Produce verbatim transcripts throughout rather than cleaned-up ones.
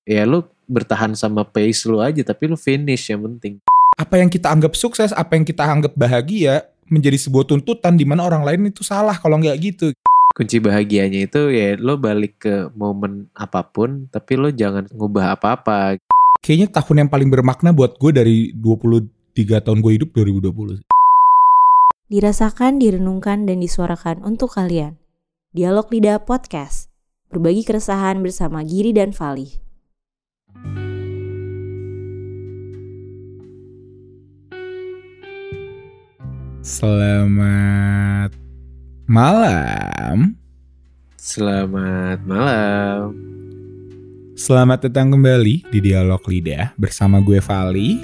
ya lu bertahan sama pace lu aja, tapi lu finish yang penting. Apa yang kita anggap sukses, apa yang kita anggap bahagia menjadi sebuah tuntutan di mana orang lain itu salah kalau nggak gitu. Kunci bahagianya itu ya lo balik ke momen apapun, tapi lo jangan ngubah apa-apa. Kayaknya tahun yang paling bermakna buat gue dari dua puluh tiga tahun gue hidup dua ribu dua puluh. Dirasakan, direnungkan, dan disuarakan untuk kalian. Dialog Lidah Podcast. Berbagi keresahan bersama Giri dan Fali. Selamat malam. Selamat malam. Selamat datang kembali di Dialog Lidah bersama gue Fali.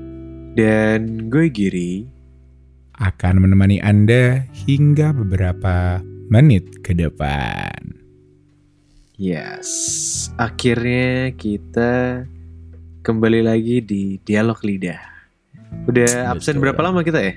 Dan gue Giri. Akan menemani Anda hingga beberapa menit ke depan. Yes, akhirnya kita kembali lagi di Dialog Lidah. Udah absen Betul. berapa lama kita ya?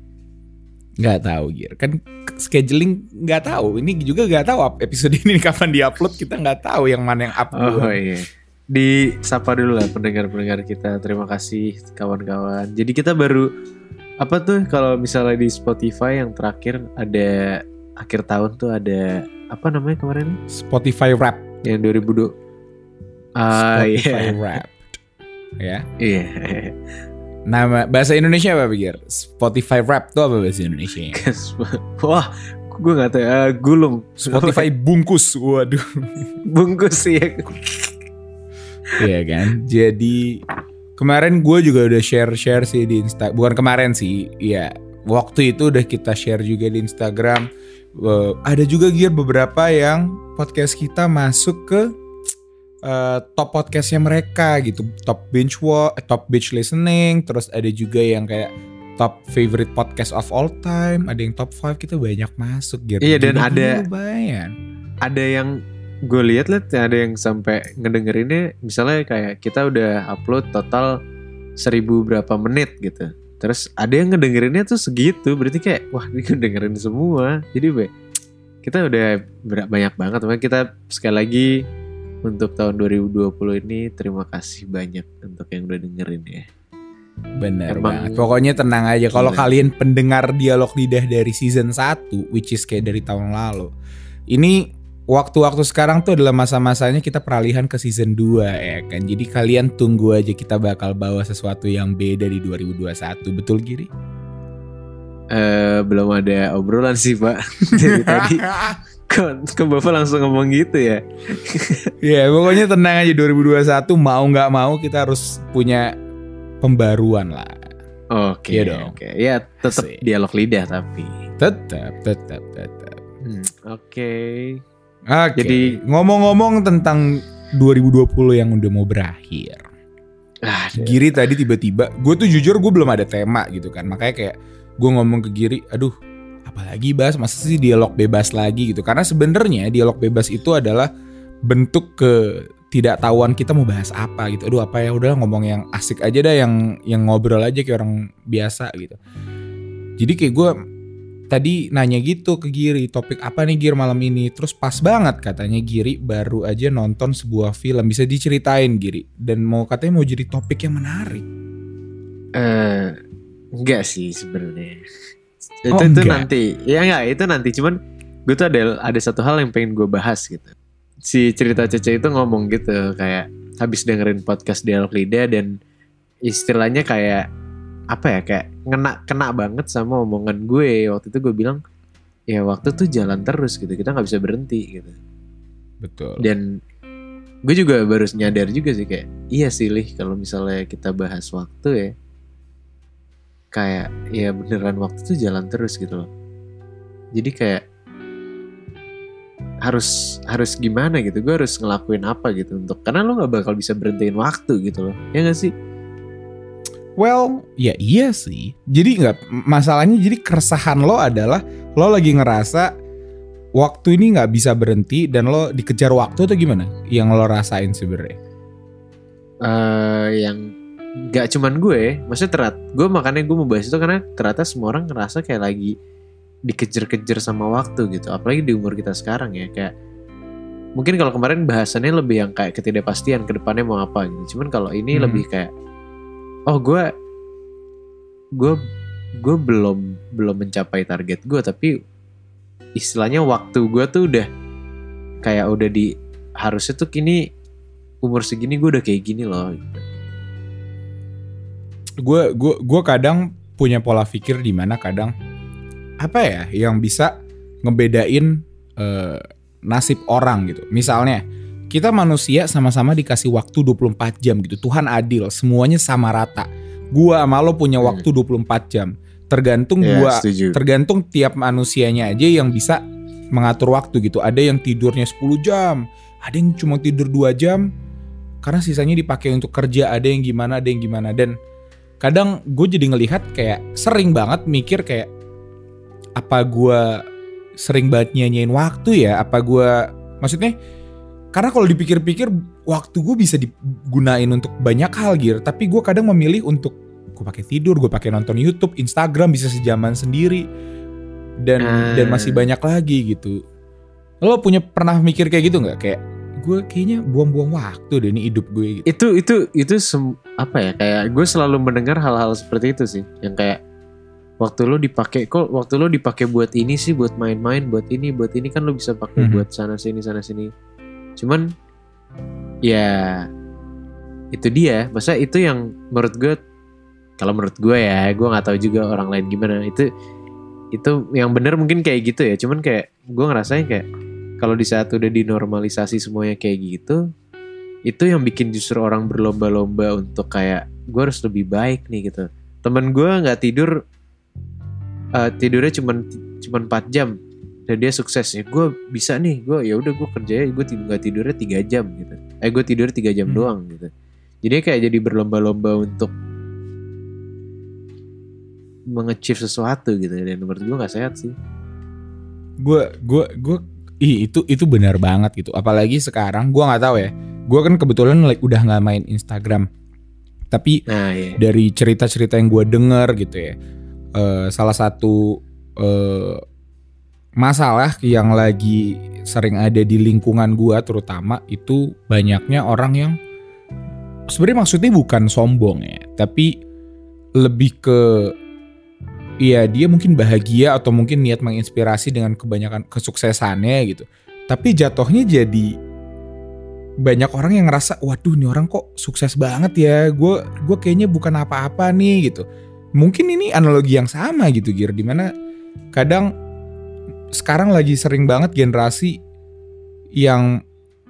Gak tahu Gir, kan scheduling gak tahu. Ini juga gak tahu episode ini kapan diupload, kita gak tahu yang mana yang up. Oh iya. Di sapa dulu lah pendengar-pendengar kita. Terima kasih kawan-kawan. Jadi kita baru apa tuh kalau misalnya di Spotify yang terakhir ada akhir tahun tuh ada apa namanya kemarin? Spotify Wrap. Yang dua ribu dua. Ah Spotify iya. Wrap. Ya. Iya. Nama bahasa Indonesia apa Gir? Spotify Wrap tuh apa bahasa Indonesia? Wah, gue nggak tahu. Uh, gulung. Spotify bungkus. Waduh. Bungkus ya. Iya kan. Jadi kemarin gue juga udah share-share sih di Insta. Bukan kemarin sih. Ya waktu itu udah kita share juga di Instagram. Uh, ada juga Gir beberapa yang podcast kita masuk ke Uh, top podcastnya mereka gitu, top binge watch, top binge listening, terus ada juga yang kayak top favorite podcast of all time, ada yang top five, kita banyak masuk gitu. Iya, dan jadi ada lumayan. Ada yang gue lihat lihat ada yang sampai ngedengerinnya, misalnya kayak kita udah upload total seribu berapa menit gitu, terus ada yang ngedengerinnya tuh segitu, berarti kayak wah ini ngedengerin semua. Jadi be, kita udah banyak banget, makanya kita sekali lagi untuk tahun dua ribu dua puluh ini terima kasih banyak untuk yang udah dengerin ya. Bener Emang banget. Pokoknya tenang aja. Kalau gila. kalian pendengar Dialog Lidah dari season satu, which is kayak dari tahun lalu, ini waktu-waktu sekarang tuh adalah masa-masanya kita peralihan ke season dua ya kan. Jadi kalian tunggu aja, kita bakal bawa sesuatu yang beda di dua ribu dua puluh satu. Betul Giri? Uh, belum ada obrolan sih Pak. Dari tadi Kok ke Bapak langsung ngomong gitu ya? Ya pokoknya tenang aja, dua ribu dua puluh satu mau gak mau kita harus punya pembaruan lah. Oke, Iya dong. Oke, ya tetap Asik. dialog lidah tapi. Tetap, tetap, tetap. Hmm, Oke. Oke. Jadi- ngomong-ngomong tentang dua ribu dua puluh yang udah mau berakhir. Ah, Giri tadi tiba-tiba, gue tuh jujur gue belum ada tema gitu kan. Makanya kayak gue ngomong ke Giri, aduh apalagi bahas, masa sih dialog bebas lagi gitu. Karena sebenarnya dialog bebas itu adalah bentuk ketidaktahuan kita mau bahas apa gitu. Aduh apa ya, udah ngomong yang asik aja dah, yang yang ngobrol aja kayak orang biasa gitu. Jadi kayak gue tadi nanya gitu ke Giri, topik apa nih Gir malam ini. Terus pas banget katanya Giri baru aja nonton sebuah film. Bisa diceritain Giri? Dan mau katanya mau jadi topik yang menarik. eh, enggak sih sebenarnya. Itu Oh, itu enggak. nanti. Ya enggak, itu nanti. Cuman gue tuh ada ada satu hal yang pengen gue bahas gitu. Si cerita Cece itu ngomong gitu kayak habis dengerin podcast Dialog Lidah dan istilahnya kayak apa ya, kayak ngena kena banget sama omongan gue. Waktu itu gue bilang ya waktu tuh jalan terus gitu, kita nggak bisa berhenti gitu. Betul. Dan gue juga baru nyadar juga sih kayak iya sih Lih, kalau misalnya kita bahas waktu ya kayak ya beneran waktu tuh jalan terus gitu loh. Jadi kayak harus harus gimana gitu, gue harus ngelakuin apa gitu untuk, karena lo nggak bakal bisa berhentiin waktu gitu loh, ya nggak sih? Well, ya iya sih. Jadi nggak, masalahnya jadi keresahan lo adalah lo lagi ngerasa waktu ini nggak bisa berhenti dan lo dikejar waktu atau gimana? Yang lo rasain sebenarnya? Eh yang nggak cuman gue, maksudnya terat, gue makanya gue mau bahas itu karena ternyata semua orang ngerasa kayak lagi dikejar-kejar sama waktu gitu, apalagi di umur kita sekarang ya, kayak mungkin kalau kemarin bahasannya lebih yang kayak ketidakpastian ke depannya mau apa gitu. Cuman kalau ini Hmm. lebih kayak oh gue gue gue belum belum mencapai target gue, tapi istilahnya waktu gue tuh udah kayak udah di harusnya tuh kini umur segini gue udah kayak gini loh gitu. Gue gue gue kadang punya pola pikir di mana kadang apa ya yang bisa ngebedain eh, nasib orang gitu. Misalnya kita manusia sama-sama dikasih waktu dua puluh empat jam gitu. Tuhan adil, semuanya sama rata. Gua sama lo punya waktu dua puluh empat jam. Tergantung Ya, gua setuju. tergantung tiap manusianya aja yang bisa mengatur waktu gitu. Ada yang tidurnya sepuluh jam, ada yang cuma tidur dua jam karena sisanya dipakai untuk kerja, ada yang gimana, ada yang gimana. Dan kadang gue jadi ngelihat kayak sering banget mikir kayak apa gue sering banget nyanyiin waktu ya, apa gue maksudnya karena kalau dipikir-pikir waktu gue bisa digunain untuk banyak hal Gir, tapi gue kadang memilih untuk gue pakai tidur, gue pakai nonton YouTube, Instagram bisa sejaman sendiri dan Hmm. dan masih banyak lagi gitu. Lo punya pernah mikir kayak gitu nggak kayak gue kayaknya buang-buang waktu deh ini hidup gue gitu. Itu itu itu sem- apa ya, kayak gue selalu mendengar hal-hal seperti itu sih, yang kayak waktu lo dipakai kok waktu lo dipakai buat ini sih, buat main-main, buat ini buat ini kan lo bisa pakai Mhm. buat sana sini sana sini. Cuman ya itu dia, masa itu yang menurut gue, kalau menurut gue ya, gue nggak tahu juga orang lain gimana, itu itu yang benar mungkin kayak gitu ya. Cuman kayak gue ngerasain kayak kalau di saat udah dinormalisasi semuanya kayak gitu, itu yang bikin justru orang berlomba-lomba untuk kayak gue harus lebih baik nih gitu. Temen gue nggak tidur, uh, tidurnya cuman cuman empat jam dan dia sukses ya. Gue bisa nih, gue ya udah gue kerjanya gue nggak tidurnya tiga jam gitu. Eh gue tidur tiga jam Hmm. doang gitu. Jadi kayak jadi berlomba-lomba untuk menge-achieve sesuatu gitu, dan menurut gue nggak sehat sih. Gue gue gue ih itu itu benar banget gitu. Apalagi sekarang gue nggak tahu ya. Gue kan kebetulan like, udah nggak main Instagram. Tapi Nah ya. dari cerita-cerita yang gue denger gitu ya, eh, salah satu eh, masalah yang lagi sering ada di lingkungan gue terutama itu banyaknya orang yang sebenarnya maksudnya bukan sombong ya, tapi lebih ke iya dia mungkin bahagia atau mungkin niat menginspirasi dengan kebanyakan kesuksesannya gitu. Tapi jatuhnya jadi banyak orang yang ngerasa waduh nih orang kok sukses banget ya. Gue gue kayaknya bukan apa-apa nih gitu. Mungkin ini analogi yang sama gitu Gir, dimana kadang sekarang lagi sering banget generasi yang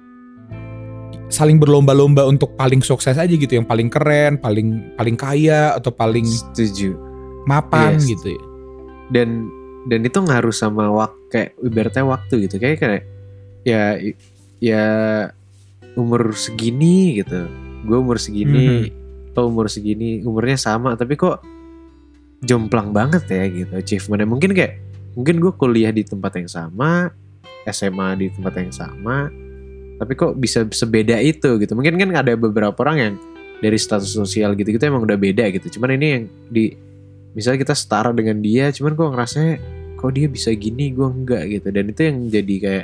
saling berlomba-lomba untuk paling sukses aja gitu, yang paling keren, paling paling kaya atau paling Setuju. mapan Yes. gitu ya. Dan dan itu ngaruh sama waktu, kayak ibaratnya waktu gitu, kayak kayak ya ya umur segini gitu, gue umur segini, lo umur segini, umurnya sama tapi kok jomplang banget ya gitu achievementnya. Mungkin kayak mungkin gue kuliah di tempat yang sama, S M A di tempat yang sama, tapi kok bisa sebeda itu gitu. Mungkin kan ada beberapa orang yang dari status sosial gitu-gitu emang udah beda gitu. Cuman ini yang di misalnya kita setara dengan dia, cuman kok ngerasanya kok dia bisa gini, gue enggak gitu. Dan itu yang jadi kayak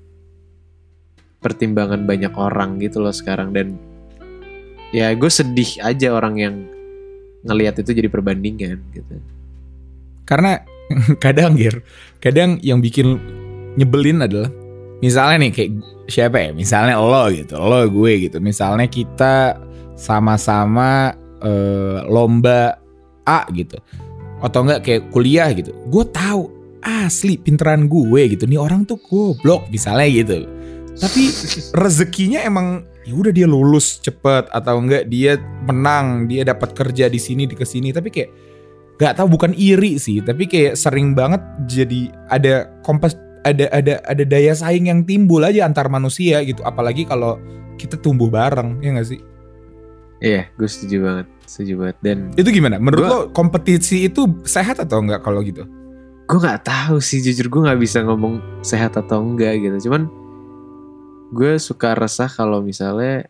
pertimbangan banyak orang gitu loh sekarang. Dan ya gue sedih aja orang yang ngelihat itu jadi perbandingan gitu. Karena kadang Gir, kadang yang bikin nyebelin adalah misalnya nih kayak siapa ya, misalnya lo gitu, lo gue gitu, misalnya kita sama-sama eh, lomba A gitu, atau enggak kayak kuliah gitu, gue tahu asli pinteran gue gitu, nih orang tuh goblok misalnya gitu, tapi rezekinya emang ya udah dia lulus cepet atau enggak dia menang, dia dapat kerja di sini di kesini, tapi kayak nggak tahu, bukan iri sih, tapi kayak sering banget jadi ada kompas, ada ada ada daya saing yang timbul aja antar manusia gitu, apalagi kalau kita tumbuh bareng, ya nggak sih? Iya, gue setuju banget, setuju banget. Dan Itu gimana? Menurut Gua- lo kompetisi itu sehat atau enggak kalau gitu? gue nggak tahu sih, jujur gue nggak bisa ngomong sehat atau enggak gitu. Cuman gue suka resah kalau misalnya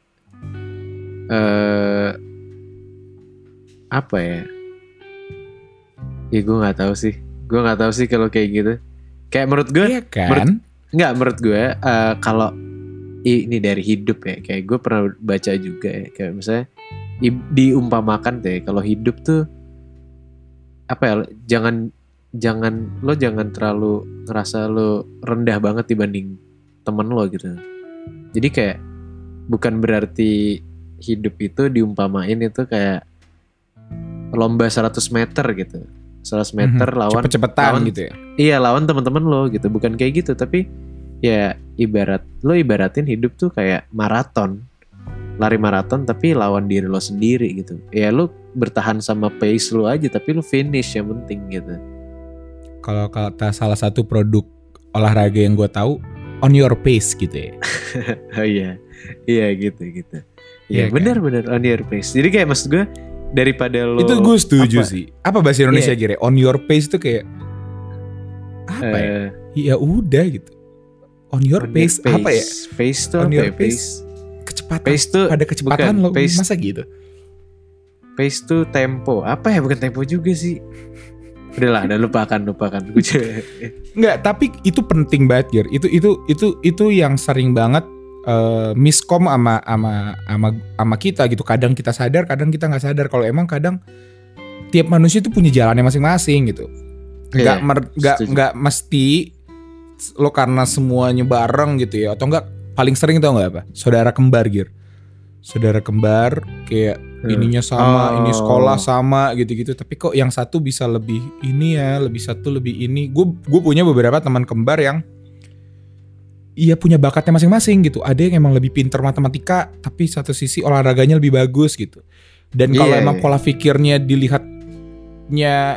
eh apa ya? Ya gue nggak tahu sih, gue nggak tahu sih kalau kayak gitu. Kayak menurut gue, Iya kan? menurut- nggak menurut gue eh, kalau ini dari hidup ya, kayak gue pernah baca juga ya, kayak misalnya i- diumpamakan deh kalau hidup tuh apa ya, jangan jangan lo jangan terlalu ngerasa lo rendah banget dibanding temen lo gitu. Jadi kayak bukan berarti hidup itu diumpamain itu kayak lomba seratus meter gitu. seratus meter Mhm, lawan cepet-cepetan lawan, gitu ya. Iya, lawan teman-teman lo gitu. Bukan kayak gitu, tapi ya ibarat lo ibaratin hidup tuh kayak maraton. Lari maraton tapi lawan diri lo sendiri gitu. Ya lo bertahan sama pace lo aja tapi lo finish yang penting gitu. Kalau kata salah satu produk olahraga yang gue tahu, on your pace gitu ya. Oh iya. Iya gitu gitu. Iya, Iya kan? benar-benar on your pace. Jadi kayak maksud gue daripada lo Itu gue setuju apa, sih. Apa bahasa Indonesia Iya. kira? On your pace tuh kayak apa ya? eh, Ya udah gitu. On your on pace, your apa ya? Pace tuh On apa your ya? pace. Pace. Kecepatan. Pace tuh Pada kecepatan bukan, lo pace, masa gitu. pace tuh tempo. Apa ya, bukan tempo juga sih. Udahlah, udah lupakan lupakan. Gue Enggak, tapi itu penting banget, Gir. Itu itu itu itu yang sering banget uh, miskom sama sama sama sama kita gitu. Kadang kita sadar, kadang kita nggak sadar kalau emang kadang tiap manusia itu punya jalannya masing-masing gitu. Nggak Iya, mer- nggak setuju. nggak mesti lo karena semuanya bareng gitu ya, atau enggak paling sering tau nggak apa? Saudara kembar, Gir. Saudara kembar kayak Hmm. ininya sama, Oh. ini sekolah sama gitu-gitu. Tapi kok yang satu bisa lebih ini ya, lebih satu lebih ini. Gue gue punya beberapa teman kembar yang iya punya bakatnya masing-masing gitu. Ada yang emang lebih pinter matematika, tapi satu sisi olahraganya lebih bagus gitu. Dan kalau Iya, emang iya. pola pikirnya dilihatnya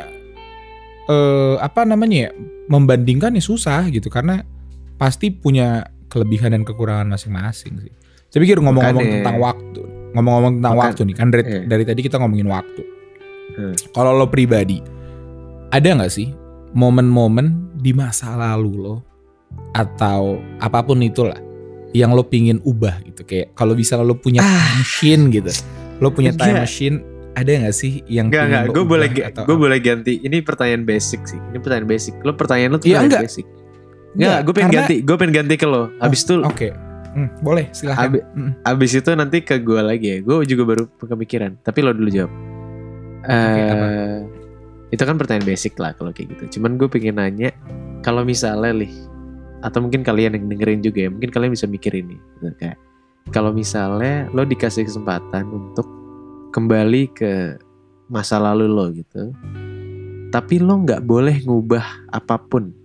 eh, apa namanya ya, membandingkan ya susah gitu, karena pasti punya kelebihan dan kekurangan masing-masing sih. Saya pikir ngomong-ngomong Makanya. tentang waktu, ngomong-ngomong tentang Makan- waktu nih kan dari, iya. dari tadi kita ngomongin waktu. Hmm. Kalau lo pribadi, ada nggak sih momen-momen di masa lalu lo atau apapun itulah yang lo pingin ubah gitu? Kayak kalau bisa lo punya Ah. time machine gitu, lo punya time Enggak. machine, ada nggak sih yang Enggak, pingin enggak, lo gue ubah boleh atau gue apa? boleh ganti. Ini pertanyaan basic sih. Ini pertanyaan basic. Lo pertanyaan lo tuh Iya, pertanyaan enggak. basic. Enggak, gue pengen karena- ganti. Gue pengen ganti ke lo. Habis itu Oke, Hmm, boleh silahkan. Abi- Mm. abis itu nanti ke gue lagi ya. Gue juga baru kepikiran. Tapi lo dulu jawab. Oke, Eh, apa? itu kan pertanyaan basic lah kalau kayak gitu. Cuman gue pengen nanya, kalau misalnya Lih, atau mungkin kalian yang dengerin juga ya, mungkin kalian bisa mikir ini. Gitu, kayak kalau misalnya lo dikasih kesempatan untuk kembali ke masa lalu lo gitu, tapi lo nggak boleh ngubah apapun.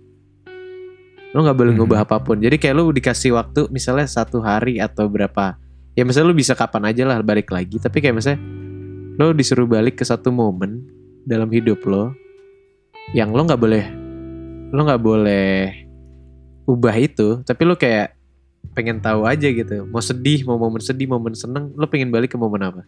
Lo nggak boleh Mhm. ngubah apapun. Jadi kayak lo dikasih waktu misalnya satu hari atau berapa. Ya misalnya lo bisa kapan aja lah balik lagi. Tapi kayak misalnya lo disuruh balik ke satu momen dalam hidup lo yang lo nggak boleh, lo nggak boleh ubah itu. Tapi lo kayak pengen tahu aja gitu. Mau sedih, mau momen sedih, momen seneng, lo pengen balik ke momen apa?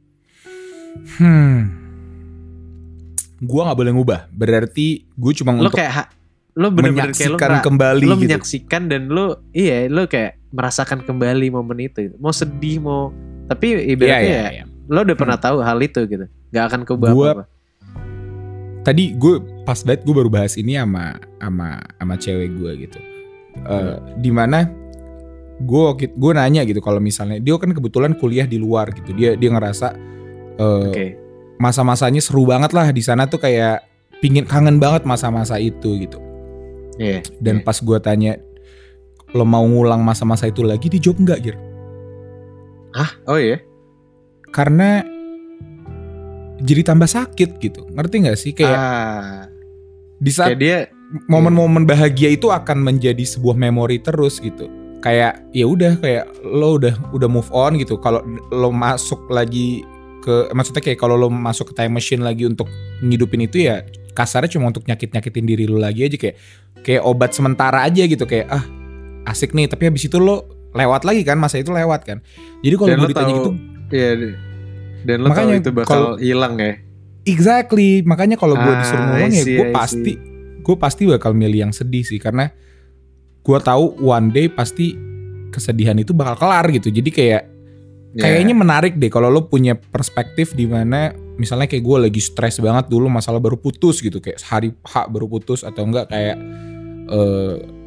Hmm. Gua nggak boleh ngubah. Berarti gue cuma Lo untuk kayak ha- lo bener-bener kayak lo menyaksikan ngera- kembali lo gitu. menyaksikan dan lo iya lo kayak merasakan kembali momen itu. Mau sedih, mau tapi Iya, ibaratnya iya, ya iya. lo udah pernah tahu hal itu gitu. Gak akan keubah Gua- apa-apa. Tadi gue pas banget gue baru bahas ini sama sama sama cewek gue gitu. Eh, dimana gue gue nanya gitu, kalau misalnya dia kan kebetulan kuliah di luar gitu. Dia dia ngerasa eh, Oke. masa-masanya seru banget lah di sana tuh, kayak pingin kangen banget masa-masa itu gitu. Iya. Dan iya. pas gue tanya, lo mau ngulang masa-masa itu lagi, dia jawab enggak, Gir. Oh iya. Karena jadi tambah sakit gitu. Ngerti gak sih? Kayak ah, di saat kayak dia momen-momen bahagia itu akan menjadi sebuah memori terus gitu. Kayak ya udah, kayak lo udah udah move on gitu. Kalau lo masuk lagi ke, maksudnya kayak kalau lo masuk ke time machine lagi untuk ngidupin itu, ya kasarnya cuma untuk nyakit-nyakitin diri lo lagi aja, kayak kayak obat sementara aja gitu, kayak ah asik nih, tapi habis itu lo lewat lagi kan, masa itu lewat kan. Jadi kalau dan gue lo ditanya tahu, gitu, iya, dan lo tahu Makanya itu bakal kalau- hilang ya. exactly, makanya kalau gue Ah, disuruh I ngomong ya see, gue I pasti see. gue pasti bakal milih yang sedih sih, karena gue tahu one day pasti kesedihan itu bakal kelar gitu. Jadi kayak Ya. kayaknya menarik deh kalau lo punya perspektif di mana misalnya kayak gue lagi stres banget dulu, masalah baru putus gitu, kayak hari H baru putus, atau enggak kayak eh,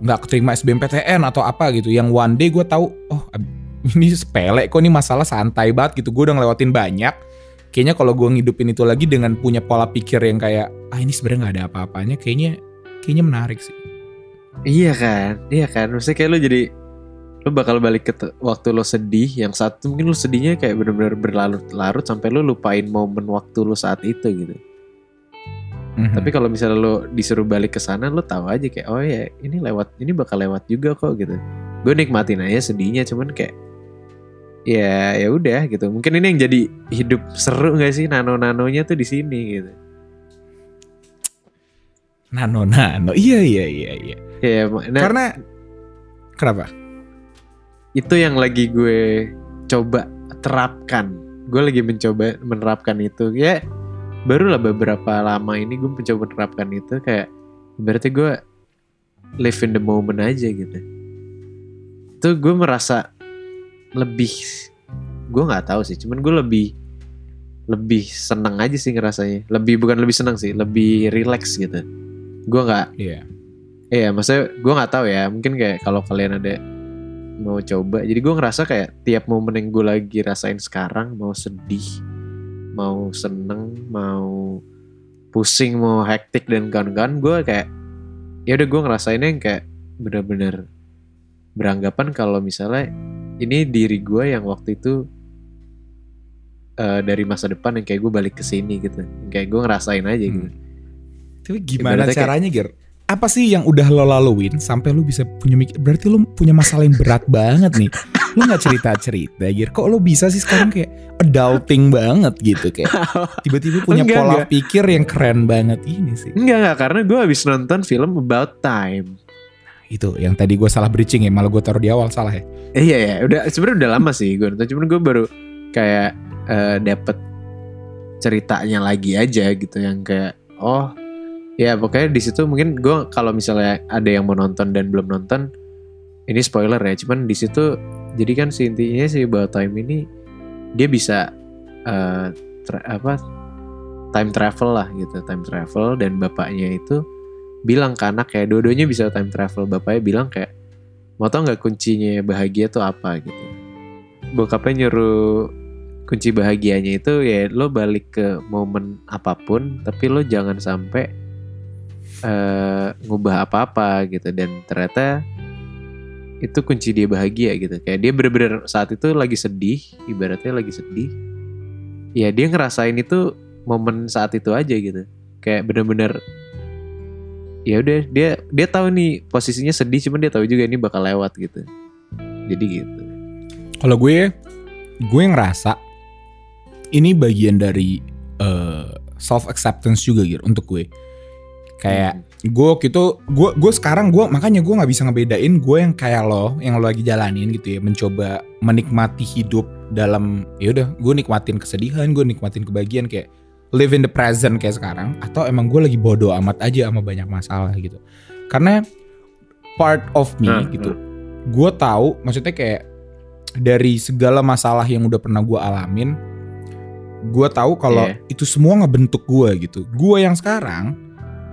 nggak keterima S B M P T N atau apa gitu, yang one day gue tahu oh ini sepele kok, ini masalah santai banget gitu, gue udah ngelewatin banyak. Kayaknya kalau gue ngidupin itu lagi dengan punya pola pikir yang kayak ah ini sebenarnya nggak ada apa-apanya, kayaknya kayaknya menarik sih. Iya kan, iya kan. Maksudnya kayak lo jadi, lo bakal balik ke te- waktu lo sedih. Yang satu mungkin lo sedihnya kayak benar-benar berlarut-larut sampai lo lupain momen waktu lo saat itu gitu. Mm-hmm. Tapi kalau misalnya lo disuruh balik ke sana, lo tahu aja kayak oh ya ini lewat, ini bakal lewat juga kok gitu. Gue nikmatin aja sedihnya, cuman kayak ya ya udah gitu. Mungkin ini yang jadi hidup seru nggak sih, nano-nanonya tuh di sini gitu. Nano-nano, iya iya iya iya. Ya, nah, karena kenapa? Itu yang lagi gue coba terapkan. Gue lagi mencoba menerapkan itu. Ya barulah beberapa lama ini gue mencoba menerapkan itu. Kayak berarti gue live in the moment aja gitu. Itu gue merasa lebih, gue nggak tahu sih. Cuman gue lebih lebih senang aja sih ngerasanya. Lebih bukan lebih senang sih, lebih relax gitu. Gue nggak. Iya. Iya, maksudnya gue nggak tahu ya. Mungkin kayak kalau kalian ada mau coba, jadi gue ngerasa kayak tiap momen yang gue lagi rasain sekarang, mau sedih, mau seneng, mau pusing, mau hektik dan kawan-kawan, gue kayak ya udah gue ngerasainnya yang kayak benar-benar beranggapan kalau misalnya ini diri gue yang waktu itu uh, dari masa depan yang kayak gue balik ke sini gitu, yang kayak gue ngerasain aja gitu. Hmm. Tapi gimana Ibaratnya caranya Gir? Apa sih yang udah lo laluin sampai lo bisa punya mikir? Berarti lo punya masalah yang berat banget nih. Lo gak cerita-cerita Gir. Kok lo bisa sih sekarang kayak adulting banget gitu, kayak tiba-tiba punya enggak, pola enggak. pikir yang keren banget ini sih. Enggak enggak karena gue habis nonton film About Time. Itu yang tadi gue salah bridging ya, malah gue taruh di awal salah ya. Eh, iya ya, udah sebenarnya udah lama sih gue nonton, cuman gue baru kayak uh, dapet ceritanya lagi aja gitu, yang kayak oh ya pokoknya di situ mungkin gue kalau misalnya ada yang mau nonton dan belum nonton, ini spoiler ya, cuman di situ jadi kan si intinya si About Time ini dia bisa uh, tra- apa time travel lah gitu, time travel, dan bapaknya itu bilang ke anak kayak dua-duanya bisa time travel. Bapaknya bilang kayak mau tau nggak kuncinya bahagia tuh apa gitu. Bokapnya nyuruh kunci bahagianya itu ya lo balik ke momen apapun, tapi lo jangan sampai Uh, ngubah apa-apa gitu. Dan ternyata itu kunci dia bahagia gitu. Kayak dia bener-bener saat itu lagi sedih, ibaratnya lagi sedih, ya dia ngerasain itu momen saat itu aja gitu. Kayak bener-bener ya udah dia dia tahu nih posisinya sedih, cuman dia tahu juga ini bakal lewat gitu. Jadi gitu. Kalau gue gue ngerasa ini bagian dari uh, self acceptance juga gitu untuk gue. Kayak gue gitu, gue gue sekarang gue makanya gue nggak bisa ngebedain gue yang kayak lo, yang lo lagi jalanin gitu ya, mencoba menikmati hidup dalam ya udah gue nikmatin kesedihan, gue nikmatin kebahagiaan, kayak live in the present kayak sekarang, atau emang gue lagi bodo amat aja sama banyak masalah gitu. Karena part of me hmm, gitu, hmm. gue tahu maksudnya kayak dari segala masalah yang udah pernah gue alamin, gue tahu kalau yeah. itu semua ngebentuk gue gitu. Gue yang sekarang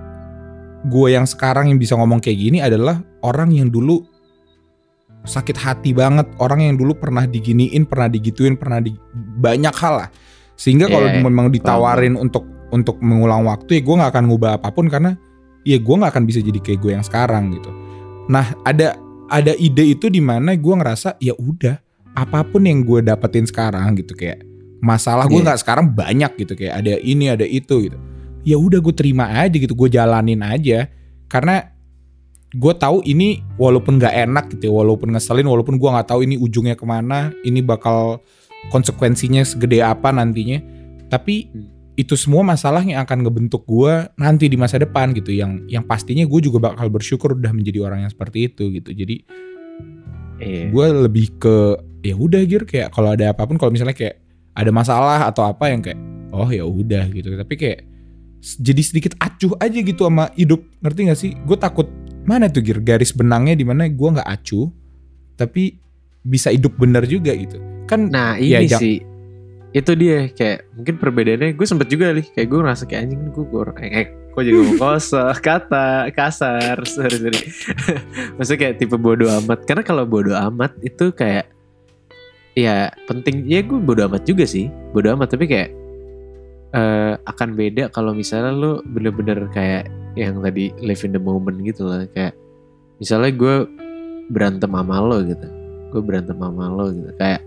Gue yang sekarang yang bisa ngomong kayak gini adalah orang yang dulu sakit hati banget, orang yang dulu pernah diginiin, pernah digituin, pernah di banyak hal lah. Sehingga yeah, kalau memang ditawarin paham. untuk untuk mengulang waktu, ya gue nggak akan ngubah apapun karena ya gue nggak akan bisa jadi kayak gue yang sekarang gitu. Nah ada ada ide itu di mana gue ngerasa ya udah apapun yang gue dapetin sekarang gitu, kayak masalah gue nggak yeah. sekarang banyak gitu, kayak ada ini ada itu gitu. Ya udah gue terima aja gitu, gue jalanin aja karena gue tahu ini walaupun nggak enak gitu ya, walaupun ngeselin, walaupun gue nggak tahu ini ujungnya kemana, ini bakal konsekuensinya segede apa nantinya, tapi hmm. itu semua masalah yang akan ngebentuk gue nanti di masa depan gitu, yang yang pastinya gue juga bakal bersyukur udah menjadi orang yang seperti itu gitu. Jadi eh. gue lebih ke ya udah Gir, kayak kalau ada apapun, kalau misalnya kayak ada masalah atau apa yang kayak oh ya udah gitu, tapi kayak jadi sedikit acuh aja gitu sama hidup, ngerti gak sih? Gue takut mana tuh Gir garis benangnya di mana gue nggak acuh tapi bisa hidup bener juga gitu kan. Nah ini ya, sih jang... itu dia kayak mungkin perbedaannya. Gue sempet juga nih kayak gue ngerasa kayak anjing gue gue eh, Kok juga ngomong kosong, kata, kasar, sorry, sorry. Maksudnya kayak tipe bodo amat. Karena kalau bodo amat itu kayak, ya penting, ya gue bodo amat juga sih. Bodo amat, tapi kayak uh, akan beda kalau misalnya lo bener-bener kayak yang tadi live in the moment gitu loh. Kayak misalnya gue berantem sama lo gitu. Gue berantem sama lo gitu. Kayak,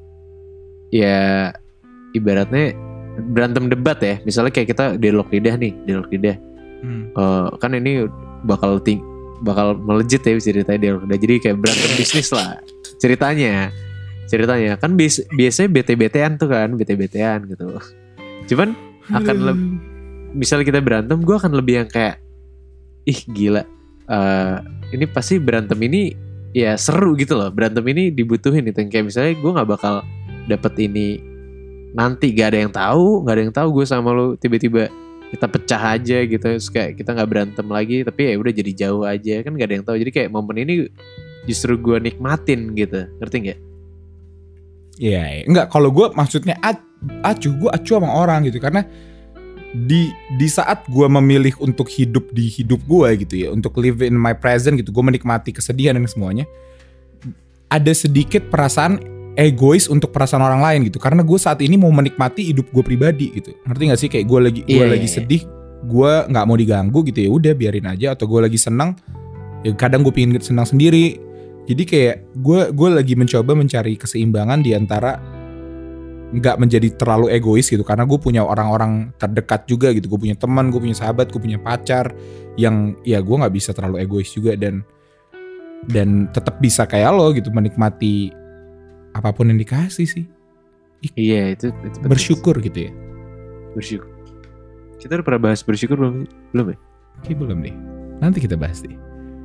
ya ibaratnya berantem debat ya, misalnya kayak kita dialog lidah nih, dialog lidah, hmm. uh, kan ini bakal ting, bakal melejit ya ceritanya dialog lidah, jadi kayak berantem bisnis lah ceritanya, ceritanya kan bis, biasanya bete-betean tuh kan, bete-betean gitu, cuman akan hmm. le- misalnya kita berantem, gue akan lebih yang kayak, ih gila, uh, ini pasti berantem ini ya seru gitu loh, berantem ini dibutuhin gitu, kayak misalnya gue nggak bakal dapet ini nanti, gak ada yang tahu, gak ada yang tahu gue sama lo tiba-tiba kita pecah aja gitu, terus kayak kita nggak berantem lagi, tapi ya udah jadi jauh aja, kan gak ada yang tahu. Jadi kayak momen ini justru gue nikmatin gitu, ngerti nggak? Iya, yeah, nggak. Kalau gue maksudnya acuh, gue acuh sama orang gitu, karena di di saat gue memilih untuk hidup di hidup gue gitu ya, untuk live in my present gitu, gue menikmati kesedihan dan semuanya, ada sedikit perasaan egois untuk perasaan orang lain gitu, karena gue saat ini mau menikmati hidup gue pribadi gitu, ngerti nggak sih? Kayak gue lagi gue yeah, lagi yeah. sedih, gue nggak mau diganggu gitu, ya udah biarin aja. Atau gue lagi senang, ya kadang gue pingin senang sendiri. Jadi kayak gue gue lagi mencoba mencari keseimbangan di antara nggak menjadi terlalu egois gitu, karena gue punya orang-orang terdekat juga gitu, gue punya teman, gue punya sahabat, gue punya pacar yang ya gue nggak bisa terlalu egois juga, dan dan tetap bisa kayak lo gitu menikmati apapun yang dikasih sih. Iya itu, itu bersyukur gitu ya. Bersyukur. Kita udah pernah bahas bersyukur belum? Belum ya? Oke, belum deh. Nanti kita bahas deh.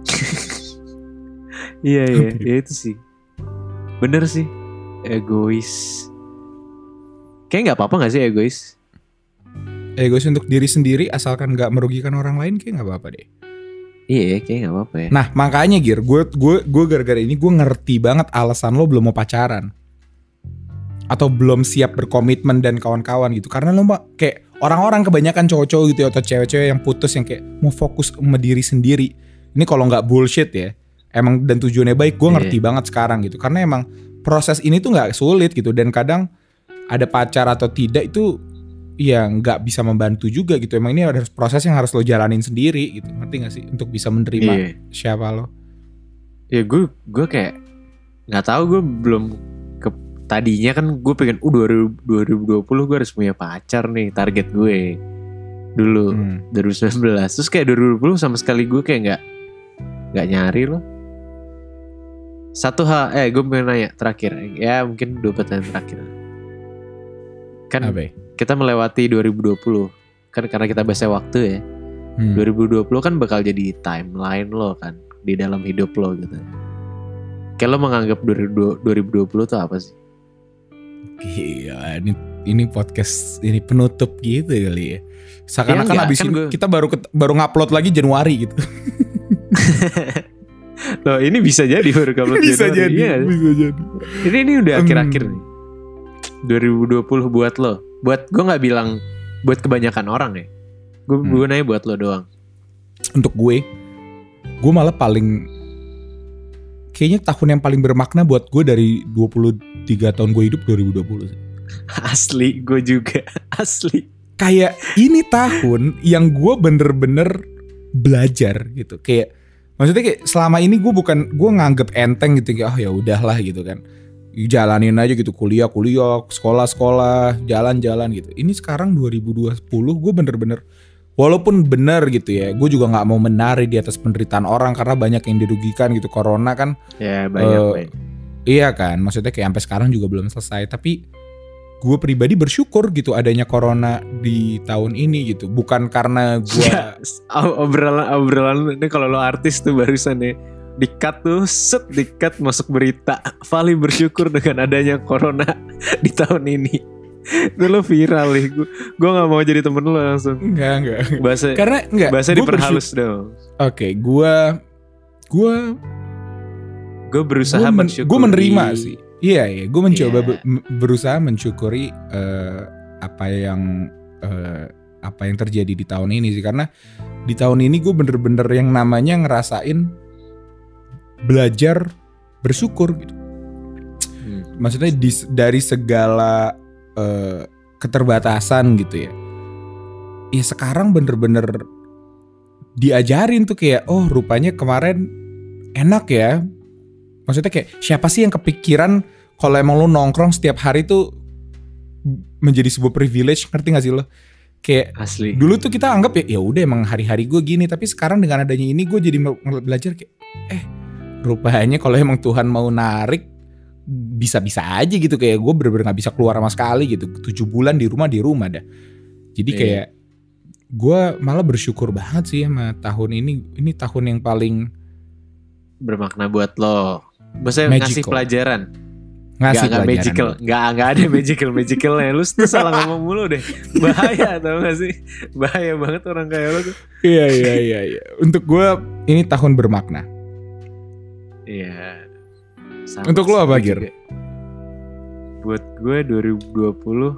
Iya iya, ya itu sih. Bener sih. Egois. Kayak nggak apa-apa nggak sih egois? Egois untuk diri sendiri asalkan nggak merugikan orang lain, kayak nggak apa-apa deh. Iya, kayaknya gak apa-apa ya. Nah makanya Gir, gue gue gue gara-gara ini gue ngerti banget alasan lo belum mau pacaran atau belum siap berkomitmen dan kawan-kawan gitu, karena lo mbak kayak orang-orang kebanyakan cowok-cowok gitu atau cewek-cewek yang putus yang kayak mau fokus sama diri sendiri. Ini kalau nggak bullshit ya, emang dan tujuannya baik, gue ngerti yeah. banget sekarang gitu, karena emang proses ini tuh nggak sulit gitu, dan kadang ada pacar atau tidak itu ya nggak bisa membantu juga gitu. Emang ini ada proses yang harus lo jalanin sendiri gitu, ngerti nggak sih, untuk bisa menerima yeah. siapa lo. Ya gue gue kayak nggak tahu, gue belum ke, tadinya kan gue pengen uh dua ribu dua puluh gue harus punya pacar nih, target gue dulu hmm. dua ribu sembilan belas. Terus kayak dua ribu dua puluh sama sekali gue kayak nggak nggak nyari lo. Satu hal, eh gue pengen nanya terakhir, ya mungkin dua pertanyaan terakhir. Kan Abe. Kita melewati dua ribu dua puluh kan, karena kita bahasnya waktu ya. hmm. dua ribu dua puluh kan bakal jadi timeline lo kan di dalam hidup lo gitu. Kayak lo menganggap dua ribu dua puluh tuh apa sih? Gila, ini ini podcast ini penutup gitu kali ya. Seakan-akan ya, abis kan ini gue... kita baru baru ngupload lagi Januari gitu. Loh ini bisa jadi baru ngupload Januari. Bisa jadi, ya. bisa jadi. Ini ini udah akhir-akhir nih. dua ribu dua puluh buat lo. Buat gue nggak bilang buat kebanyakan orang ya. Gue hmm. gue nanya buat lo doang. Untuk gue, gue malah paling kayaknya tahun yang paling bermakna buat gue dari dua puluh tiga tahun gue hidup dua ribu dua puluh sih. Asli, gue juga asli. Kayak ini tahun yang gue bener-bener belajar gitu. Kayak maksudnya kayak selama ini gue bukan gue nganggep enteng gitu, kayak oh ya udahlah gitu kan. Jalanin aja gitu, kuliah kuliah, sekolah sekolah, jalan-jalan gitu. Ini sekarang dua ribu dua puluh gue bener-bener, walaupun benar gitu ya, gue juga nggak mau menari di atas penderitaan orang karena banyak yang dirugikan gitu, corona kan. Ya banyak. Uh, banyak. Iya kan, maksudnya kayak sampai sekarang juga belum selesai. Tapi gue pribadi bersyukur gitu adanya corona di tahun ini gitu, bukan karena gue obrolan obrolan ini kalau lo artis tuh barusan ya. Di-cut tuh, set di-cut masuk berita. Fali bersyukur dengan adanya corona di tahun ini. Itu lo viral nih. Gue gak mau jadi temen lo langsung. Enggak, enggak. Bahasa, karena enggak. Bahasa diperhalus bersyukur. Dong. Oke, okay, gue Gue Gue berusaha men- mensyukuri. Gue menerima sih. Iya, iya. Gue mencoba yeah. ber- berusaha mensyukuri uh, apa yang uh, apa yang terjadi di tahun ini sih. Karena di tahun ini gue bener-bener yang namanya ngerasain belajar bersyukur gitu. Hmm. Maksudnya di, dari segala uh, keterbatasan gitu ya. Ya sekarang bener-bener diajarin tuh kayak, oh rupanya kemarin enak ya. Maksudnya kayak siapa sih yang kepikiran kalau emang lu nongkrong setiap hari tuh menjadi sebuah privilege, ngerti gak sih lo? Kayak asli. Dulu tuh kita anggap ya ya udah emang hari-hari gue gini, tapi sekarang dengan adanya ini gue jadi belajar kayak eh rupanya kalau emang Tuhan mau narik bisa-bisa aja gitu. Kayak gue bener-bener gak bisa keluar sama sekali gitu. Tujuh bulan di rumah di rumah dah. Jadi yeah. kayak gue malah bersyukur banget sih sama tahun ini. Ini tahun yang paling bermakna buat lo. Maksudnya ngasih pelajaran. Ngasih gak, gak magical, gak, gak ada magical magicalnya. Lu tuh salah ngomong mulu deh. Bahaya tau gak sih? Bahaya banget orang kayak lo tuh. Iya iya iya iya. Untuk gue ini tahun bermakna. Iya. Untuk lo apa Gir? Buat gue dua ribu dua puluh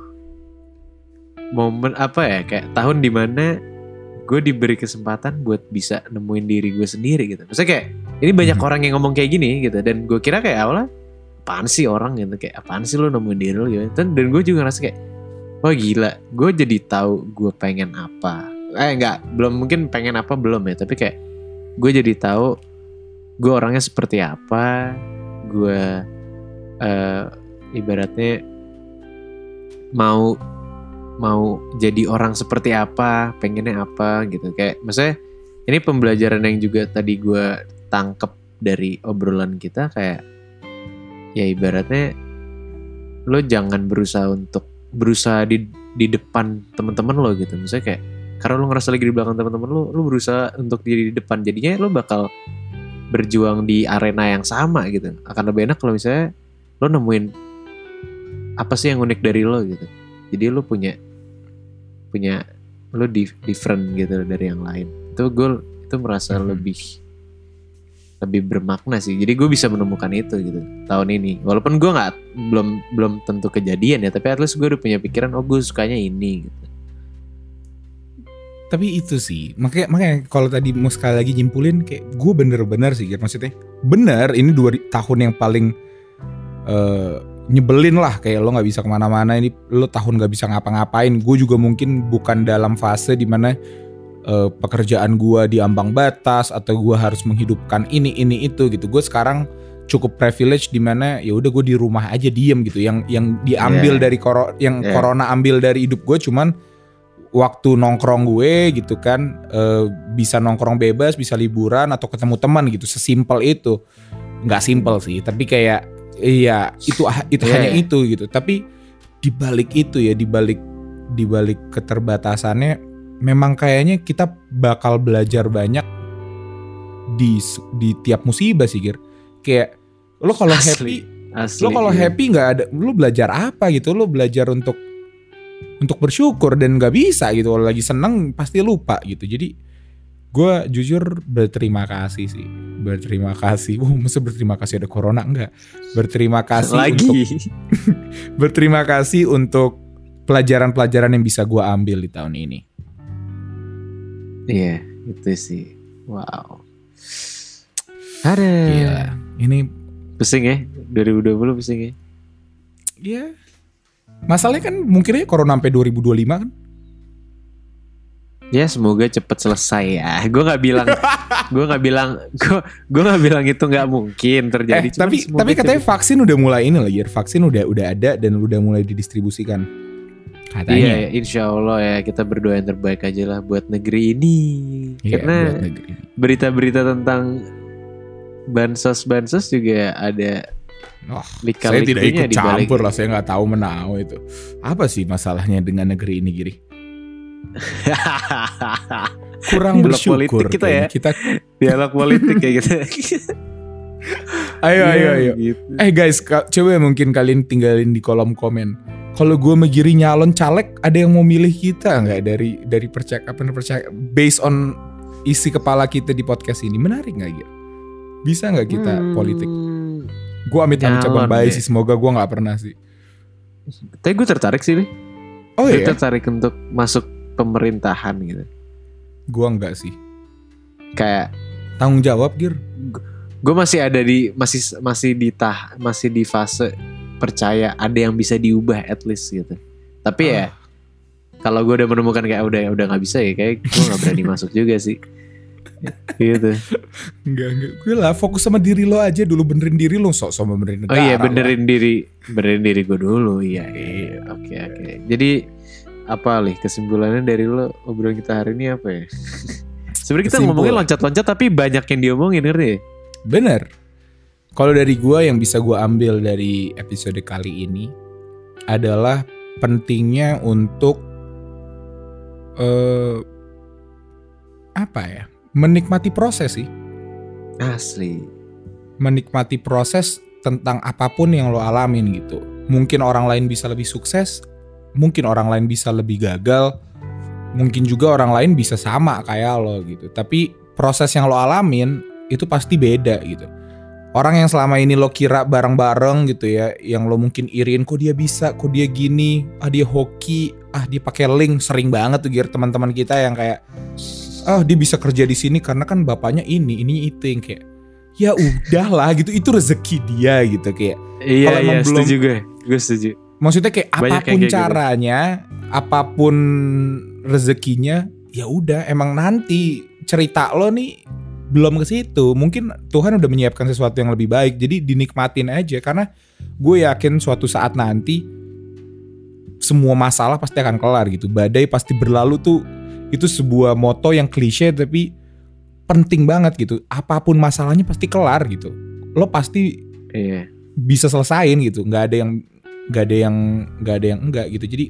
momen apa ya, kayak tahun dimana gue diberi kesempatan buat bisa nemuin diri gue sendiri gitu. Maksudnya kayak ini banyak hmm. orang yang ngomong kayak gini gitu, dan gue kira kayak awalnya apaan sih orang gitu, kayak apaan sih lo nemuin diri lo gitu. Dan gue juga ngerasa kayak wah gila, gue jadi tahu gue pengen apa. Eh enggak, belum mungkin pengen apa belum ya, tapi kayak gue jadi tahu gue orangnya seperti apa. Gue uh, ibaratnya mau mau jadi orang seperti apa, pengennya apa gitu. Kayak maksudnya ini pembelajaran yang juga tadi gue tangkep dari obrolan kita, kayak ya ibaratnya lo jangan berusaha untuk berusaha di di depan teman-teman lo gitu. Misalnya kayak karena lo ngerasa lagi di belakang teman-teman lo, lo berusaha untuk di depan. Jadinya lo bakal berjuang di arena yang sama gitu. Akan lebih enak kalau misalnya lo nemuin apa sih yang unik dari lo gitu. Jadi lo punya punya lo di, different gitu dari yang lain. Itu gue itu merasa hmm. lebih lebih bermakna sih. Jadi gue bisa menemukan itu gitu tahun ini. Walaupun gue nggak belum belum tentu kejadian ya, tapi at least gue udah punya pikiran, oh gue sukanya ini gitu. Tapi itu sih makanya makanya kalau tadi mau sekali lagi nyimpulin, kayak gue bener-bener sih gitu. Maksudnya bener ini dua tahun yang paling uh, nyebelin lah. Kayak lo nggak bisa kemana-mana, ini lo tahun nggak bisa ngapa-ngapain. Gue juga mungkin bukan dalam fase dimana Uh, pekerjaan gue diambang batas atau gue harus menghidupkan ini ini itu gitu. Gue sekarang cukup privilege di mana ya udah gue di rumah aja diem gitu. Yang yang diambil yeah. dari koro, yang yeah. corona ambil dari hidup gue cuman waktu nongkrong gue gitu kan. Uh, bisa nongkrong bebas, bisa liburan atau ketemu teman gitu. Sesimpel itu. Nggak simpel sih, tapi kayak iya itu itu yeah. hanya itu gitu. Tapi dibalik itu ya, dibalik dibalik keterbatasannya, memang kayaknya kita bakal belajar banyak di di tiap musibah sih Gir. Kayak lo kalau happy, asli, lo kalau iya. happy nggak ada, lo belajar apa gitu? Lo belajar untuk untuk bersyukur dan nggak bisa gitu. Kalau lagi seneng pasti lupa gitu. Jadi gue jujur berterima kasih sih, berterima kasih. Wah, masa berterima kasih ada corona enggak? Berterima kasih lagi. untuk berterima kasih untuk pelajaran-pelajaran yang bisa gue ambil di tahun ini. Iya, itu sih. Wow. Ada. Gila. Ini pusing ya, dua ribu dua puluh pusing ya. Iya. Masalahnya kan mungkinnya corona sampai dua ribu dua puluh lima kan. Ya semoga cepet selesai ya. Gue nggak bilang, gue nggak bilang, gue gue nggak bilang itu nggak mungkin terjadi. Eh, tapi tapi katanya cepet. Vaksin udah mulai ini lagi. Vaksin udah udah ada dan udah mulai didistribusikan. Katanya. Iya, insya Allah ya, kita berdoa yang terbaik aja lah buat negeri ini. Iya, karena negeri. Berita-berita tentang bansos-bansos juga ada. Oh, saya tidak ikut campur lah, saya nggak tahu menau itu. Apa sih masalahnya dengan negeri ini, Giri? Kurang bersyukur kita ya. Kita dialog politik kayak gitu. Ayo, ayo, ayo. Gitu. Eh guys, coba mungkin kalian tinggalin di kolom komen. Kalau gue Megiri nyalon caleg, ada yang mau milih kita nggak dari dari percakapan percakapan based on isi kepala kita di podcast ini? Menarik nggak gitu? Bisa nggak kita hmm, politik? Gue amit-amit cabang bayi sih, semoga gue nggak pernah sih. Tapi gue tertarik sih nih. Oh iya. Gue tertarik untuk masuk pemerintahan gitu? Gua enggak sih. Kayak Tanggung jawab, Gir. gue masih ada di masih masih di tah masih di fase percaya ada yang bisa diubah at least gitu. Tapi Ah. ya kalau gue udah menemukan kayak udah udah nggak bisa ya, kayak gue nggak berani masuk juga sih. Gitu. Enggak, enggak. Gue lah fokus sama diri lo aja dulu, benerin diri lo, sok-sok benerin Oh negara. iya, lah. benerin diri, benerin diri gue dulu. Iya, iya. Oke, oke. Jadi apa Lih kesimpulannya dari lo obrolan kita hari ini apa ya? Sebenarnya kita Kesimpulan. ngomongin loncat-loncat tapi banyak yang diomongin, ngerti ya? Bener. Kalau dari gue yang bisa gue ambil dari episode kali ini adalah pentingnya untuk eh apa ya? Menikmati proses sih. Asli. Menikmati proses tentang apapun yang lo alamin gitu. Mungkin orang lain bisa lebih sukses, mungkin orang lain bisa lebih gagal, mungkin juga orang lain bisa sama kayak lo gitu. Tapi proses yang lo alamin itu pasti beda gitu. Orang yang selama ini lo kira bareng-bareng gitu ya, yang lo mungkin iriin, kok dia bisa, kok dia gini, ah dia hoki, ah dia pakai link, sering banget tuh Gir, teman-teman kita yang kayak, ah dia bisa kerja di sini karena kan bapaknya ini, ini itu, yang kayak, ya udahlah gitu, itu rezeki dia gitu kayak. Iya, Kalau iya, emang belum- setuju gue. Gue setuju. Maksudnya kayak Banyak yang apapun kayak gitu. caranya, apapun rezekinya, ya udah emang nanti cerita lo nih belum ke situ. Mungkin Tuhan udah menyiapkan sesuatu yang lebih baik, jadi dinikmatin aja. Karena gue yakin suatu saat nanti semua masalah pasti akan kelar gitu. Badai pasti berlalu tuh, itu sebuah moto yang klise tapi penting banget gitu. Apapun masalahnya pasti kelar gitu. Lo pasti Iya. bisa selesain gitu, nggak ada yang nggak ada yang nggak ada yang enggak gitu. Jadi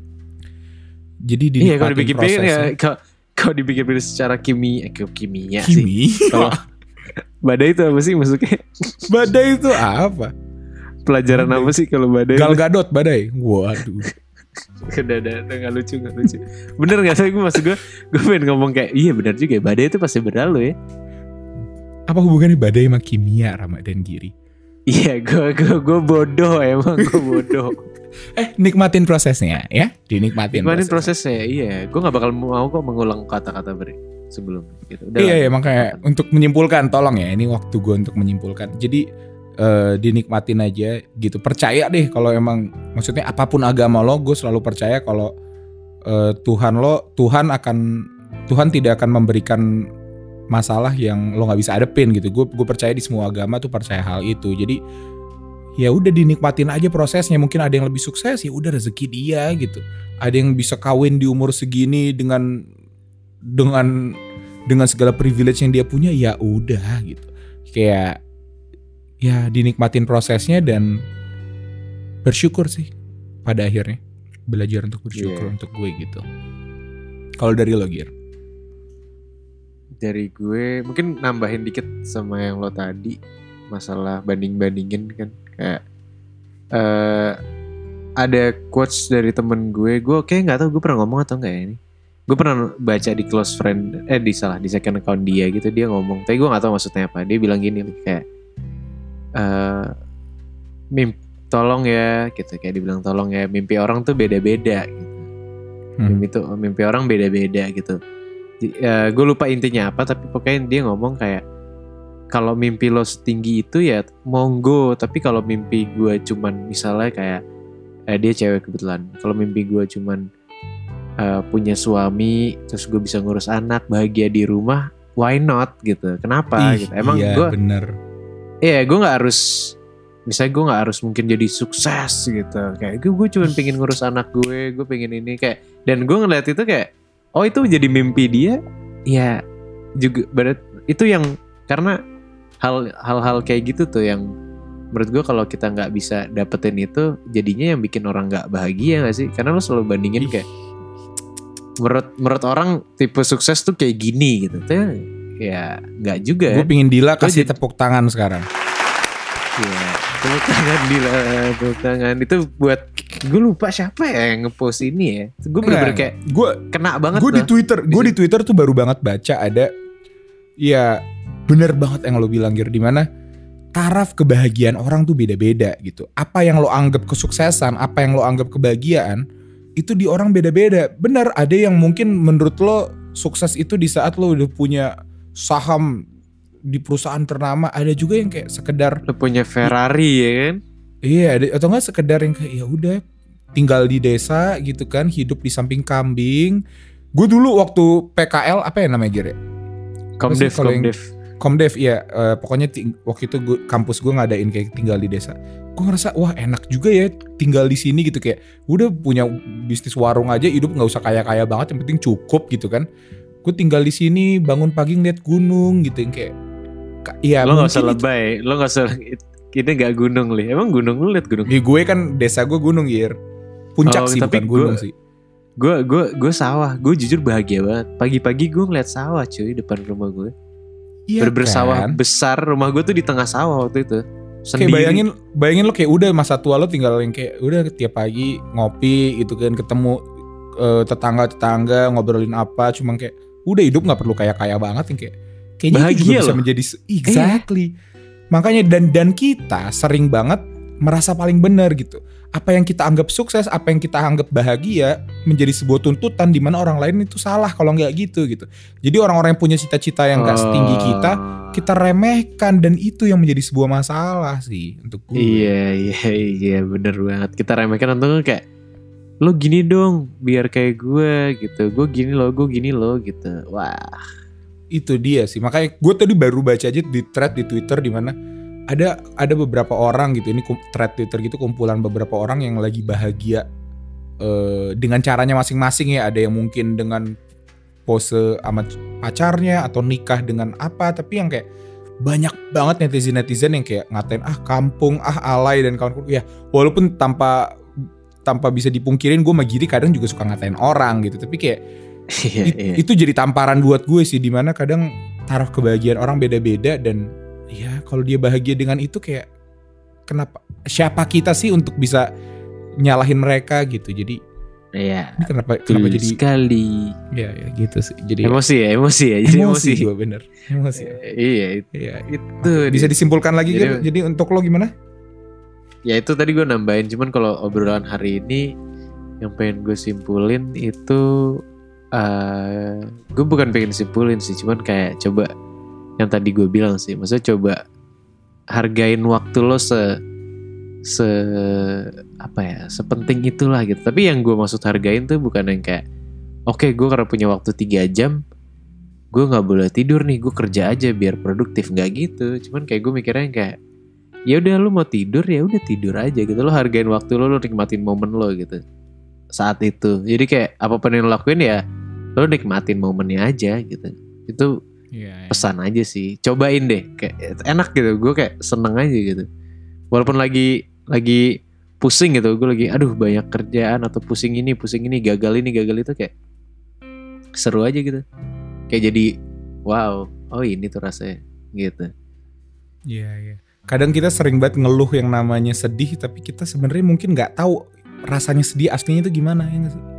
jadi Iya, dinikmatin kalau dipikir-pikir ya, prosesnya. kalau kalau dipikir-pikir secara kimia, eh, kimia sih. Kimi. Kalau badai itu apa sih maksudnya? Badai itu apa? Pelajaran Badai. apa sih kalau badai? Gal itu? Gadot badai. Waduh. Udah, udah, udah, gak lucu, gak lucu. Bener gak sih, gue maksud gue, gue pengen ngomong kayak, iya bener juga ya, badai itu pasti berlalu ya. Apa hubungannya badai sama kimia, Rama dan Giri? Iya, gue gue gue bodoh emang, gue bodoh. Eh, nikmatin prosesnya ya, dinikmatin. Nikmatin prosesnya. prosesnya, iya. Gue gak bakal mau kok mengulang kata-kata beri sebelum gitu. Udah Iya, lah. iya, makanya untuk menyimpulkan, tolong ya, ini waktu gue untuk menyimpulkan. Jadi eh, dinikmatin aja gitu. Percaya deh kalau emang, maksudnya apapun agama lo, gue selalu percaya kalau eh, Tuhan lo, Tuhan akan, Tuhan tidak akan memberikan masalah yang lo nggak bisa hadepin gitu. Gue gue percaya di semua agama tuh percaya hal itu. Jadi ya udah dinikmatin aja prosesnya. Mungkin ada yang lebih sukses, ya udah rezeki dia gitu. Ada yang bisa kawin di umur segini dengan dengan dengan segala privilege yang dia punya, ya udah gitu. Kayak ya dinikmatin prosesnya dan bersyukur sih pada akhirnya. Belajar untuk bersyukur Yeah. untuk gue gitu. Kalau dari lo, Gir? Dari gue mungkin nambahin dikit sama yang lo tadi, masalah banding-bandingin kan, kayak eh ada quotes dari temen gue. Gue kayak nggak tahu gue pernah ngomong atau enggak ya ini. Gue pernah baca di close friend, eh di salah di second account dia gitu, dia ngomong, tapi gue nggak tahu maksudnya apa. Dia bilang gini nih, kayak eh mimpi tolong ya gitu, kayak dibilang tolong ya, mimpi orang tuh beda-beda gitu. Hmm. Mimpi tuh mimpi orang beda-beda gitu. Uh, gue lupa intinya apa, tapi pokoknya dia ngomong kayak kalau mimpi lo setinggi itu ya monggo, tapi kalau mimpi gue cuman misalnya kayak eh, dia cewek kebetulan, kalau mimpi gue cuman uh, punya suami terus gue bisa ngurus anak bahagia di rumah, why not gitu, kenapa Ih, gitu. Emang iya, gue bener. iya gue nggak harus, misalnya gue nggak harus mungkin jadi sukses gitu, kayak gue gue cuma pengen ngurus anak gue, gue pengen ini kayak, dan gue ngeliat itu kayak oh itu jadi mimpi dia ya juga, berat itu yang karena hal hal-hal kayak gitu tuh yang menurut gue kalau kita nggak bisa dapetin itu jadinya yang bikin orang nggak bahagia nggak sih, karena lo selalu bandingin kayak menurut menurut orang tipe sukses tuh kayak gini gitu tuh ya nggak juga. Gue pingin Dila kasih jadi- tepuk tangan sekarang. Ya, tepuk tangan Dila, tepuk tangan itu buat, gue lupa siapa ya yang ngepost ini ya. Gue bener-bener kayak gue kena banget. gue di tuh. Twitter, gue di Twitter tuh baru banget baca ada, ya bener banget yang lo bilang, Gir, dimana taraf kebahagiaan orang tuh beda-beda gitu. Apa yang lo anggap kesuksesan, apa yang lo anggap kebahagiaan, itu di orang beda-beda. Benar, ada yang mungkin menurut lo sukses itu di saat lo udah punya saham di perusahaan ternama. Ada juga yang kayak sekedar lo punya Ferrari ya kan? Iya, ada, atau enggak sekedar yang kayak ya udah tinggal di desa gitu kan, hidup di samping kambing. Gue dulu waktu P K L apa ya namanya Gire? Komdev, Komdev. Komdev ya, uh, pokoknya ting- waktu itu gua, kampus gue ngadain kayak tinggal di desa. Gue ngerasa wah enak juga ya tinggal di sini gitu, kayak udah punya bisnis warung aja, hidup nggak usah kaya-kaya banget, yang penting cukup gitu kan. Gue tinggal di sini, bangun pagi ngeliat gunung gitu, yang kayak ya lo nggak usah itu, lebay, lo nggak usah ini nggak gunung li, emang gunung lo liat gunung? Ya, gue kan desa gue gunung Gir, puncak Oh, sih tapi bukan gunung gua- sih. Gue gue gue sawah, gue jujur bahagia banget. Pagi-pagi gue ngeliat sawah cuy depan rumah gue. Iya Bener-bener sawah kan? besar, rumah gue tuh di tengah sawah waktu itu. Kayak Sendiri. bayangin, bayangin lo kayak udah masa tua lo tinggal yang kayak udah tiap pagi ngopi gitu kan, ketemu eh, tetangga-tetangga ngobrolin apa, cuma kayak udah hidup nggak perlu kaya-kaya banget, yang kayak kayaknya itu Bahagia juga bisa loh. menjadi exactly. Makanya dan dan kita sering banget merasa paling benar gitu. Apa yang kita anggap sukses, apa yang kita anggap bahagia menjadi sebuah tuntutan di mana orang lain itu salah kalau nggak gitu gitu. Jadi orang-orang yang punya cita-cita yang nggak setinggi kita, kita remehkan, dan itu yang menjadi sebuah masalah sih untuk gue. Iya iya iya bener banget. Kita remehkan untuk kayak lo gini dong biar kayak gue gitu. Gue gini lo, gue gini lo gitu. Wah. Itu dia sih. Makanya gue tadi baru baca aja di thread di Twitter di mana ada ada beberapa orang gitu, ini thread Twitter gitu, kumpulan beberapa orang yang lagi bahagia uh, dengan caranya masing-masing ya. Ada yang mungkin dengan pose sama pacarnya atau nikah dengan apa, tapi yang kayak banyak banget netizen-netizen yang kayak ngatain ah kampung, ah alay dan kawan-kawan. Ya walaupun tanpa tanpa bisa dipungkirin gue sama Giri kadang juga suka ngatain orang gitu, tapi kayak Iya, it, iya. itu jadi tamparan buat gue sih, dimana kadang taruh kebahagiaan orang beda-beda, dan ya kalau dia bahagia dengan itu kayak kenapa siapa kita sih untuk bisa nyalahin mereka gitu. Jadi Iya. ini kenapa Betul kenapa jadi sekali. ya, ya gitu sih. Jadi Emosi ya, emosi ya. Jadi emosi, emosi. gue bener emosi. Eh, Iya itu. Iya, itu bisa dia. disimpulkan lagi Jadi- Gir? Jadi untuk lo gimana? Ya itu tadi gue nambahin, cuman kalau obrolan hari ini yang pengen gue simpulin itu uh, gue bukan pengen simpulin sih, cuman kayak coba yang tadi gue bilang sih, maksudnya coba hargain waktu lo se se apa ya, sepenting itulah gitu. Tapi yang gue maksud hargain tuh bukan yang kayak oke okay, gue karena punya waktu tiga jam gue nggak boleh tidur nih, gue kerja aja biar produktif, nggak gitu. Cuman kayak gue mikirnya yang kayak ya udah lu mau tidur ya udah tidur aja gitu, lo hargain waktu lo, lo nikmatin momen lo gitu saat itu. Jadi kayak apapun yang lo lakuin ya lo nikmatin momennya aja gitu. Itu Iya. pesan aja sih, cobain deh, kayak enak gitu. Gue kayak seneng aja gitu, walaupun lagi lagi pusing gitu, gue lagi aduh banyak kerjaan atau pusing ini pusing ini gagal ini gagal itu, kayak seru aja gitu, kayak jadi wow, oh ini tuh rasanya gitu. Iya, iya. Kadang kita sering banget ngeluh yang namanya sedih, tapi kita sebenarnya mungkin nggak tahu rasanya sedih aslinya itu gimana, ya nggak sih?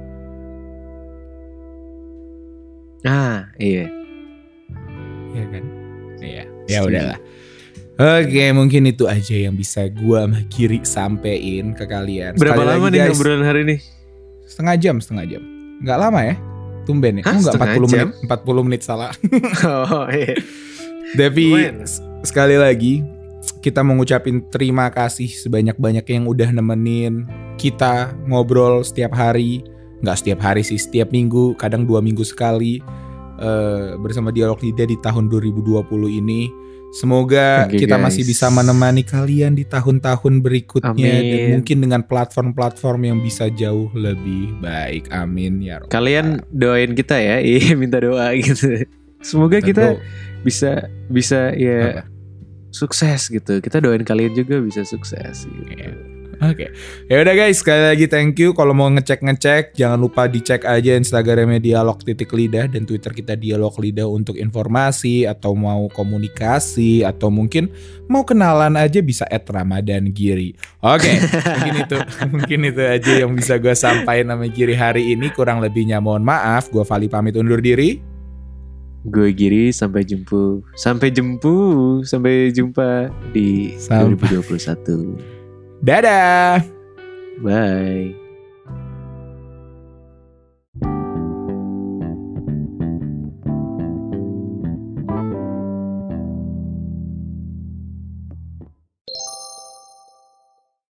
Ah iya. Iya kan? Iya. Ya udahlah. Oke, mungkin itu aja yang bisa gua sama Giri sampein ke kalian. Berapa Sekali lama lagi, nih guys, obrolan hari ini? Setengah jam, setengah jam. Nggak lama ya? Tumben ya? Hah, Oh nggak, setengah empat puluh jam? menit. empat puluh menit salah. Oh iya. Tapi Lumayan. s- sekali lagi kita mengucapin terima kasih sebanyak-banyak yang udah nemenin kita ngobrol setiap hari. Nggak setiap hari sih, setiap minggu, kadang dua minggu sekali uh, bersama Dialog Lidah di tahun dua ribu dua puluh ini. Semoga Oke, kita guys. masih bisa menemani kalian di tahun-tahun berikutnya. Amin. Dan mungkin dengan platform-platform yang bisa jauh lebih baik. Amin ya Rabbal. Kalian doain kita ya, iya minta doa gitu. Semoga kita bisa bisa ya Apa? sukses gitu. Kita doain kalian juga bisa sukses gitu. Iya. Oke, ya udah guys, sekali lagi thank you. Kalau mau ngecek-ngecek, jangan lupa dicek aja Instagramnya Dialog titik Lidah dan Twitter kita Dialog Lidah untuk informasi atau mau komunikasi atau mungkin mau kenalan aja bisa at Ramadan Giri. Oke, mungkin itu mungkin itu aja yang bisa gue sampaikan sama Giri hari ini. Kurang lebihnya mohon maaf. Gue Vali pamit undur diri. Gue Giri, sampai jumpa, sampai jumpa, sampai jumpa di Sampai. dua ribu dua puluh satu. Dadah. Bye.